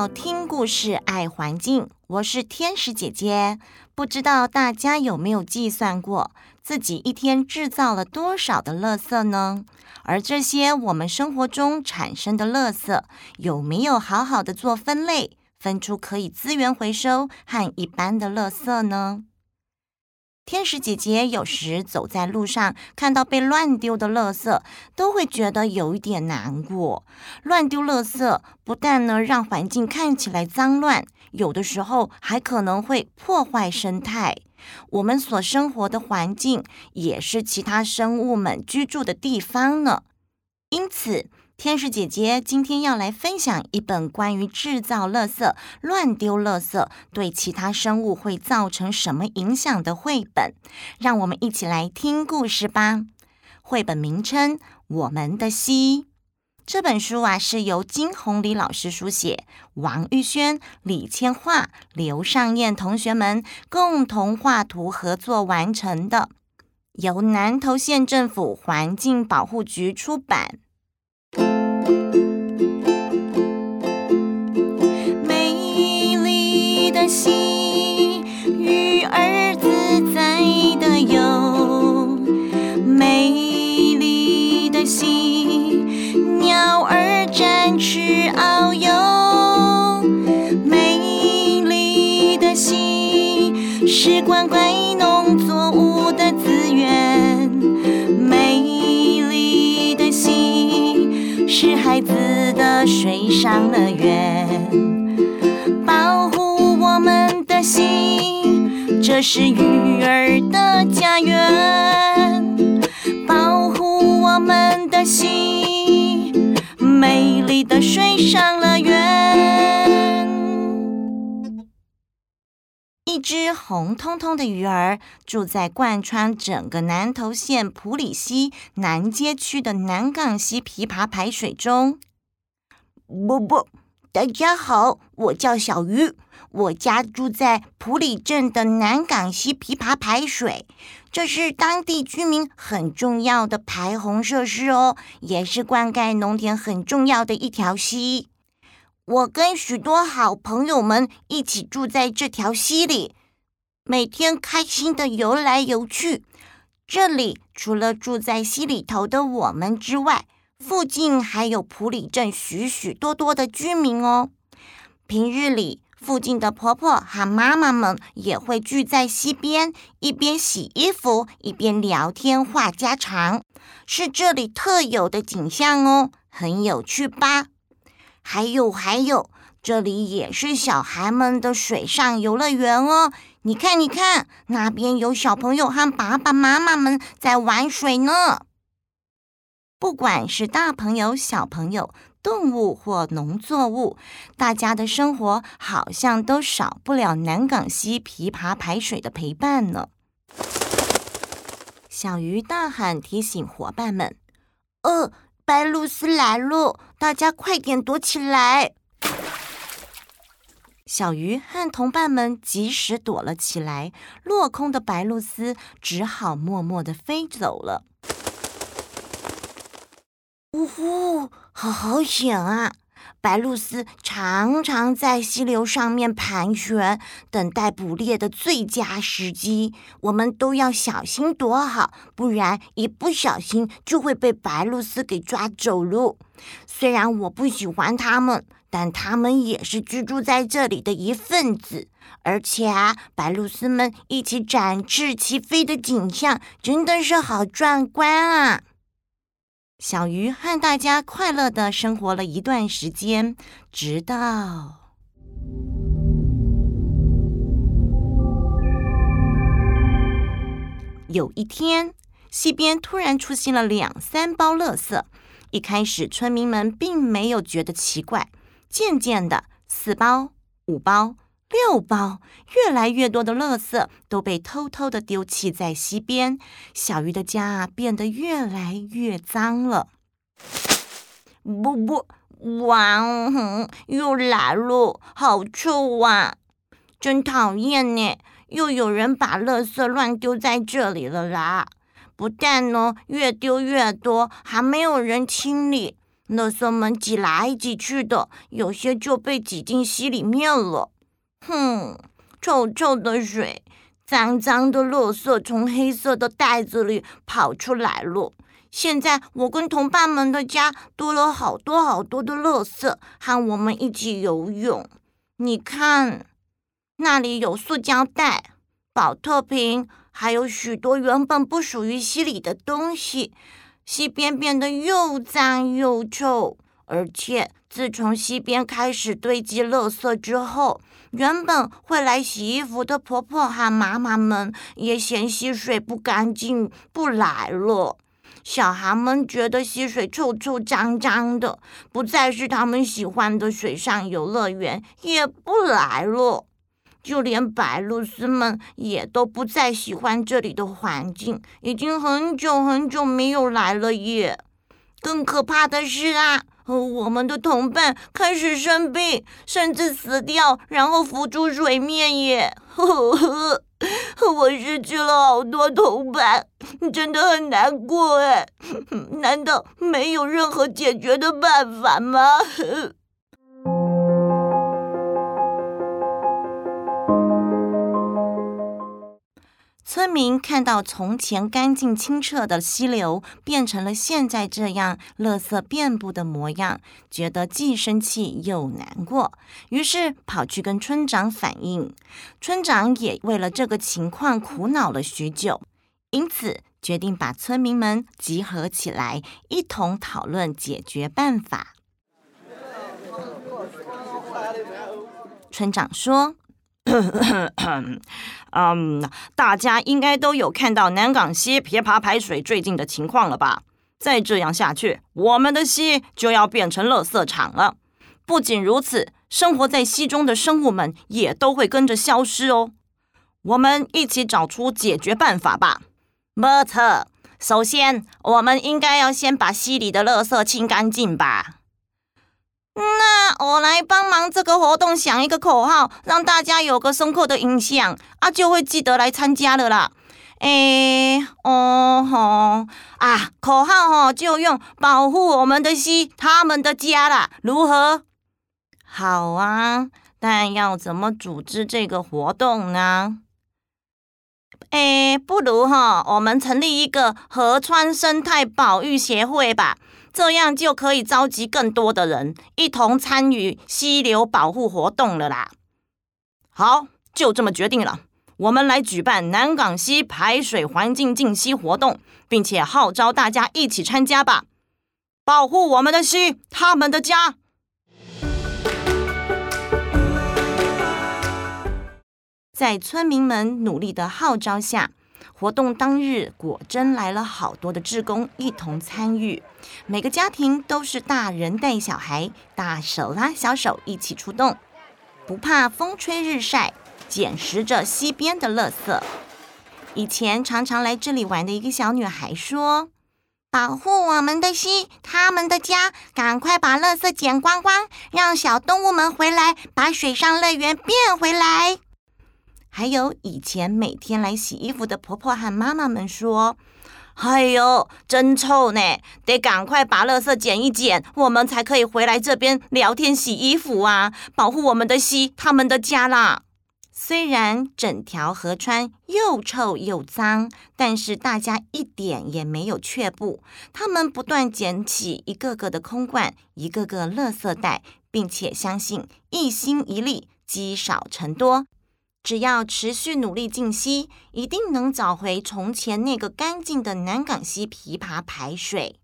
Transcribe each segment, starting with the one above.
到听故事爱环境，我是天使姐姐。不知道大家有没有计算过，自己一天制造了多少的垃圾呢？而这些我们生活中产生的垃圾，有没有好好的做分类，分出可以资源回收和一般的垃圾呢？天使姐姐有时走在路上，看到被乱丢的垃圾，都会觉得有一点难过。乱丢垃圾不但让环境看起来脏乱，有的时候还可能会破坏生态。我们所生活的环境也是其他生物们居住的地方呢。因此，天使姐姐今天要来分享一本关于制造垃圾、乱丢垃圾对其他生物会造成什么影响的绘本。让我们一起来听故事吧。绘本名称《我们的溪》。这本书是由金宏礼老师书写，王玉轩、李千桦、刘尚燕同学们共同画图合作完成的，由南投县政府环境保护局出版。美丽的溪，鱼儿自在的游，美丽的溪，鸟儿展翅遨游，美丽的溪，是灌溉农作物的资源，美丽的溪，是孩子的水上乐园。保护我们的溪，这是鱼儿的家园。保护我们的溪，美丽的水上乐园。一只红彤彤的鱼儿住在贯穿整个南投县埔里溪南街区的南港溪琵琶排水中。不，大家好，我叫小鱼，我家住在埔里镇的南港溪琵琶排水，这是当地居民很重要的排洪设施哦，也是灌溉农田很重要的一条溪。我跟许多好朋友们一起住在这条溪里，每天开心的游来游去。这里除了住在溪里头的我们之外，附近还有埔里镇许许多多的居民哦。平日里，附近的婆婆和妈妈们也会聚在溪边，一边洗衣服，一边聊天话家常，是这里特有的景象哦，很有趣吧？还有，这里也是小孩们的水上游乐园哦。你看，那边有小朋友和爸爸妈妈们在玩水呢。不管是大朋友、小朋友，动物或农作物，大家的生活好像都少不了南港溪琵琶排水的陪伴呢。小鱼大喊提醒伙伴们：白鹭鸶来了，大家快点躲起来！小鱼和同伴们及时躲了起来，落空的白鹭鸶只好默默地飞走了。呜呼，好险啊！白鹭鸶常常在溪流上面盘旋，等待捕猎的最佳时机。我们都要小心躲好，不然一不小心就会被白鹭鸶给抓走了。虽然我不喜欢它们，但它们也是居住在这里的一份子。而且白鹭鸶们一起展翅齐飞的景象，真的是好壮观啊！小鱼和大家快乐地生活了一段时间，直到有一天，溪边突然出现了2-3包垃圾。一开始村民们并没有觉得奇怪，渐渐的4包、5包、6包，越来越多的垃圾都被偷偷的丢弃在溪边，小鱼的家变得越来越脏了。又来了，好臭啊！真讨厌呢，又有人把垃圾乱丢在这里了啦。不但越丢越多，还没有人清理。 垃圾们挤来挤去的，有些就被挤进溪里面了。臭臭的水，脏脏的垃圾从黑色的袋子里跑出来了。现在我跟同伴们的家多了好多好多的垃圾，和我们一起游泳。你看，那里有塑胶袋、保特瓶，还有许多原本不属于溪里的东西。溪边变得又脏又臭，而且自从溪边开始堆积垃圾之后，原本会来洗衣服的婆婆和妈妈们也嫌溪水不干净，不来了。小孩们觉得溪水臭臭脏脏的，不再是他们喜欢的水上游乐园，也不来了。就连白鹭鸶们也都不再喜欢这里的环境，已经很久很久没有来了耶。更可怕的是我们的同伴开始生病，甚至死掉，然后浮出水面耶。我失去了好多同伴，真的很难过哎。难道没有任何解决的办法吗？村民看到从前干净清澈的溪流变成了现在这样垃圾遍布的模样，觉得既生气又难过，于是跑去跟村长反映。村长也为了这个情况苦恼了许久，因此决定把村民们集合起来，一同讨论解决办法。村长说大家应该都有看到南港溪琵琶排水最近的情况了吧？再这样下去，我们的溪就要变成垃圾场了。不仅如此，生活在溪中的生物们也都会跟着消失哦。我们一起找出解决办法吧。没错，首先我们应该要先把溪里的垃圾清干净吧。那我来帮忙这个活动想一个口号，让大家有个深刻的印象就会记得来参加了啦。口号就用保护我们的溪，他们的家啦，如何？好啊，但要怎么组织这个活动呢？不如我们成立一个河川生态保育协会吧。这样就可以召集更多的人一同参与溪流保护活动了啦。好，就这么决定了。我们来举办南港溪排水环境净溪活动，并且号召大家一起参加吧。保护我们的溪，他们的家。在村民们努力的号召下，活动当日果真来了好多的志工一同参与，每个家庭都是大人带小孩，大手拉小手一起出动，不怕风吹日晒，捡拾着溪边的垃圾。以前常常来这里玩的一个小女孩说，保护我们的溪，他们的家，赶快把垃圾捡光光，让小动物们回来，把水上乐园变回来。还有以前每天来洗衣服的婆婆和妈妈们说，哎呦，真臭呢，得赶快把垃圾捡一捡，我们才可以回来这边聊天洗衣服啊，保护我们的溪，他们的家啦。虽然整条河川又臭又脏，但是大家一点也没有却步，他们不断捡起一个个的空罐，一个个垃圾袋，并且相信一心一力，积少成多。只要持续努力净溪，一定能找回从前那个干净的南港溪琵琶排水。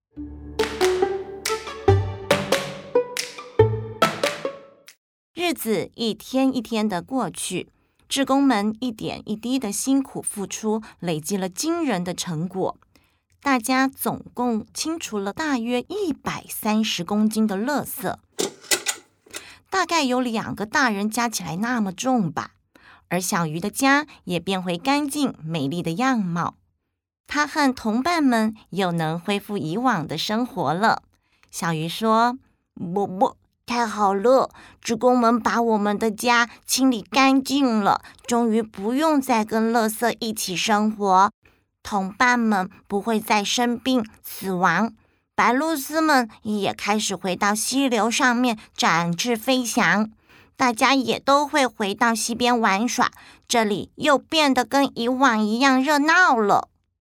日子一天一天的过去，志工们一点一滴的辛苦付出，累积了惊人的成果。大家总共清除了大约130公斤的垃圾，大概有2个大人加起来那么重吧。而小鱼的家也变回干净美丽的样貌，他和同伴们又能恢复以往的生活了。小鱼说，太好了，志工们把我们的家清理干净了，终于不用再跟垃圾一起生活，同伴们不会再生病死亡， 白鹭鸶们也开始回到溪流上面展翅飞翔，大家也都会回到溪边玩耍，这里又变得跟以往一样热闹了。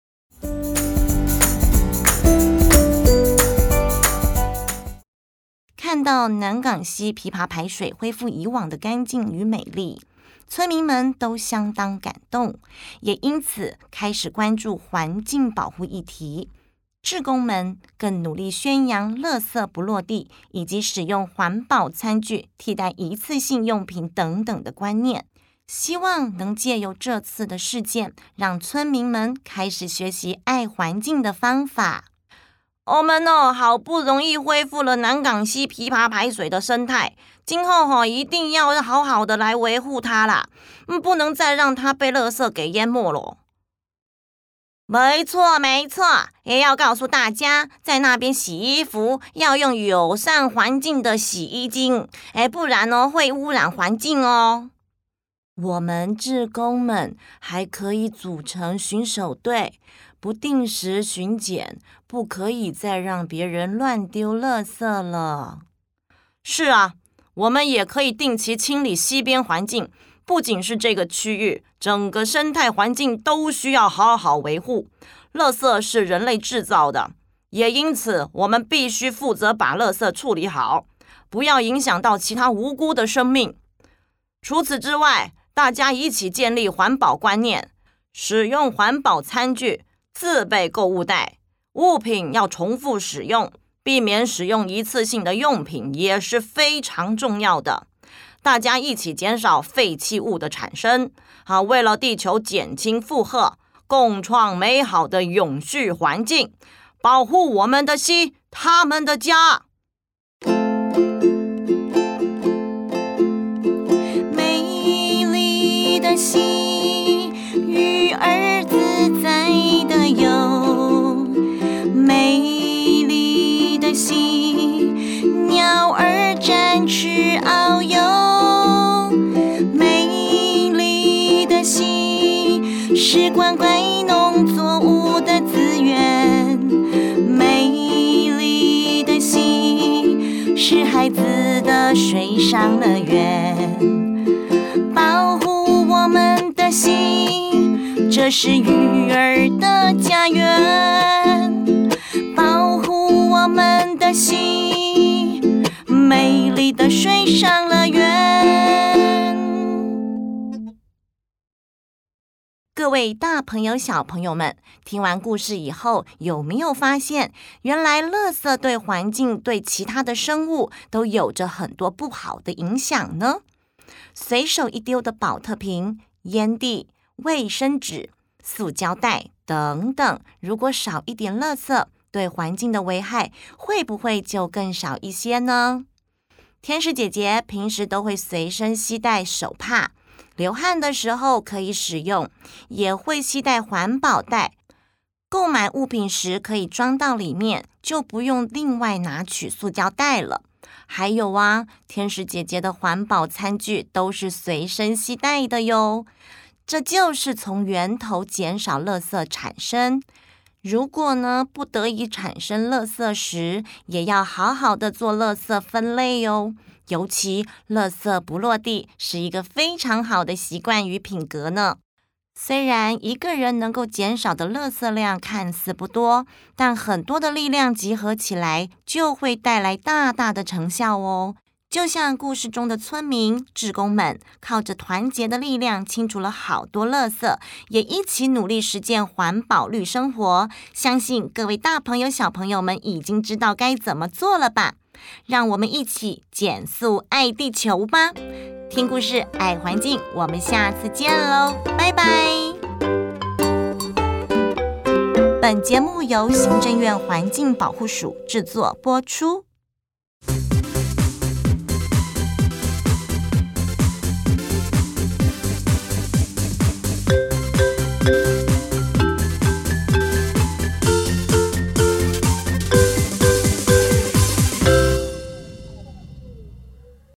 看到南港溪琵琶排水恢复以往的干净与美丽，村民们都相当感动，也因此开始关注环境保护议题。志工们更努力宣扬垃圾不落地，以及使用环保餐具替代一次性用品等等的观念，希望能借由这次的事件，让村民们开始学习爱环境的方法。我们好不容易恢复了南港溪琵琶排水的生态，今后一定要好好的来维护它啦，不能再让它被垃圾给淹没了。没错，也要告诉大家，在那边洗衣服要用友善环境的洗衣精，不然会污染环境哦。我们志工们还可以组成巡守队，不定时巡检，不可以再让别人乱丢垃圾了。是啊，我们也可以定期清理溪边环境，不仅是这个区域，整个生态环境都需要好好维护。垃圾是人类制造的，也因此我们必须负责把垃圾处理好，不要影响到其他无辜的生命。除此之外，大家一起建立环保观念，使用环保餐具，自备购物袋，物品要重复使用，避免使用一次性的用品也是非常重要的。大家一起减少废弃物的产生，为了地球减轻负荷，共创美好的永续环境，保护我们的溪，他们的家。 美丽的溪，鱼儿自在的游，美丽的溪，鸟儿展翅遨游，美丽的溪，是灌溉农作物的资源，美丽的溪，是孩子的水上乐园。保护我们的溪，这是鱼儿的家园。保护我们的溪，美丽的水上乐园。 各位大朋友小朋友们，听完故事以后，有没有发现原来垃圾对环境对其他的生物都有着很多不好的影响呢？随手一丢的保特瓶、烟蒂、卫生纸、塑胶袋等等，如果少一点垃圾，对环境的危害会不会就更少一些呢？天使姐姐平时都会随身携带手帕，流汗的时候可以使用，也会携带环保袋，购买物品时可以装到里面，就不用另外拿取塑胶袋了。还有啊，天使姐姐的环保餐具都是随身携带的哟，这就是从源头减少垃圾产生。如果呢不得已产生垃圾时，也要好好的做垃圾分类哦。尤其垃圾不落地是一个非常好的习惯与品格呢。虽然一个人能够减少的垃圾量看似不多，但很多的力量集合起来，就会带来大大的成效哦。就像故事中的村民、志工们，靠着团结的力量清除了好多垃圾，也一起努力实践环保绿生活。相信各位大朋友小朋友们已经知道该怎么做了吧？让我们一起减速爱地球吧！听故事爱环境，我们下次见喽，拜拜！本节目由行政院环境保护署制作播出。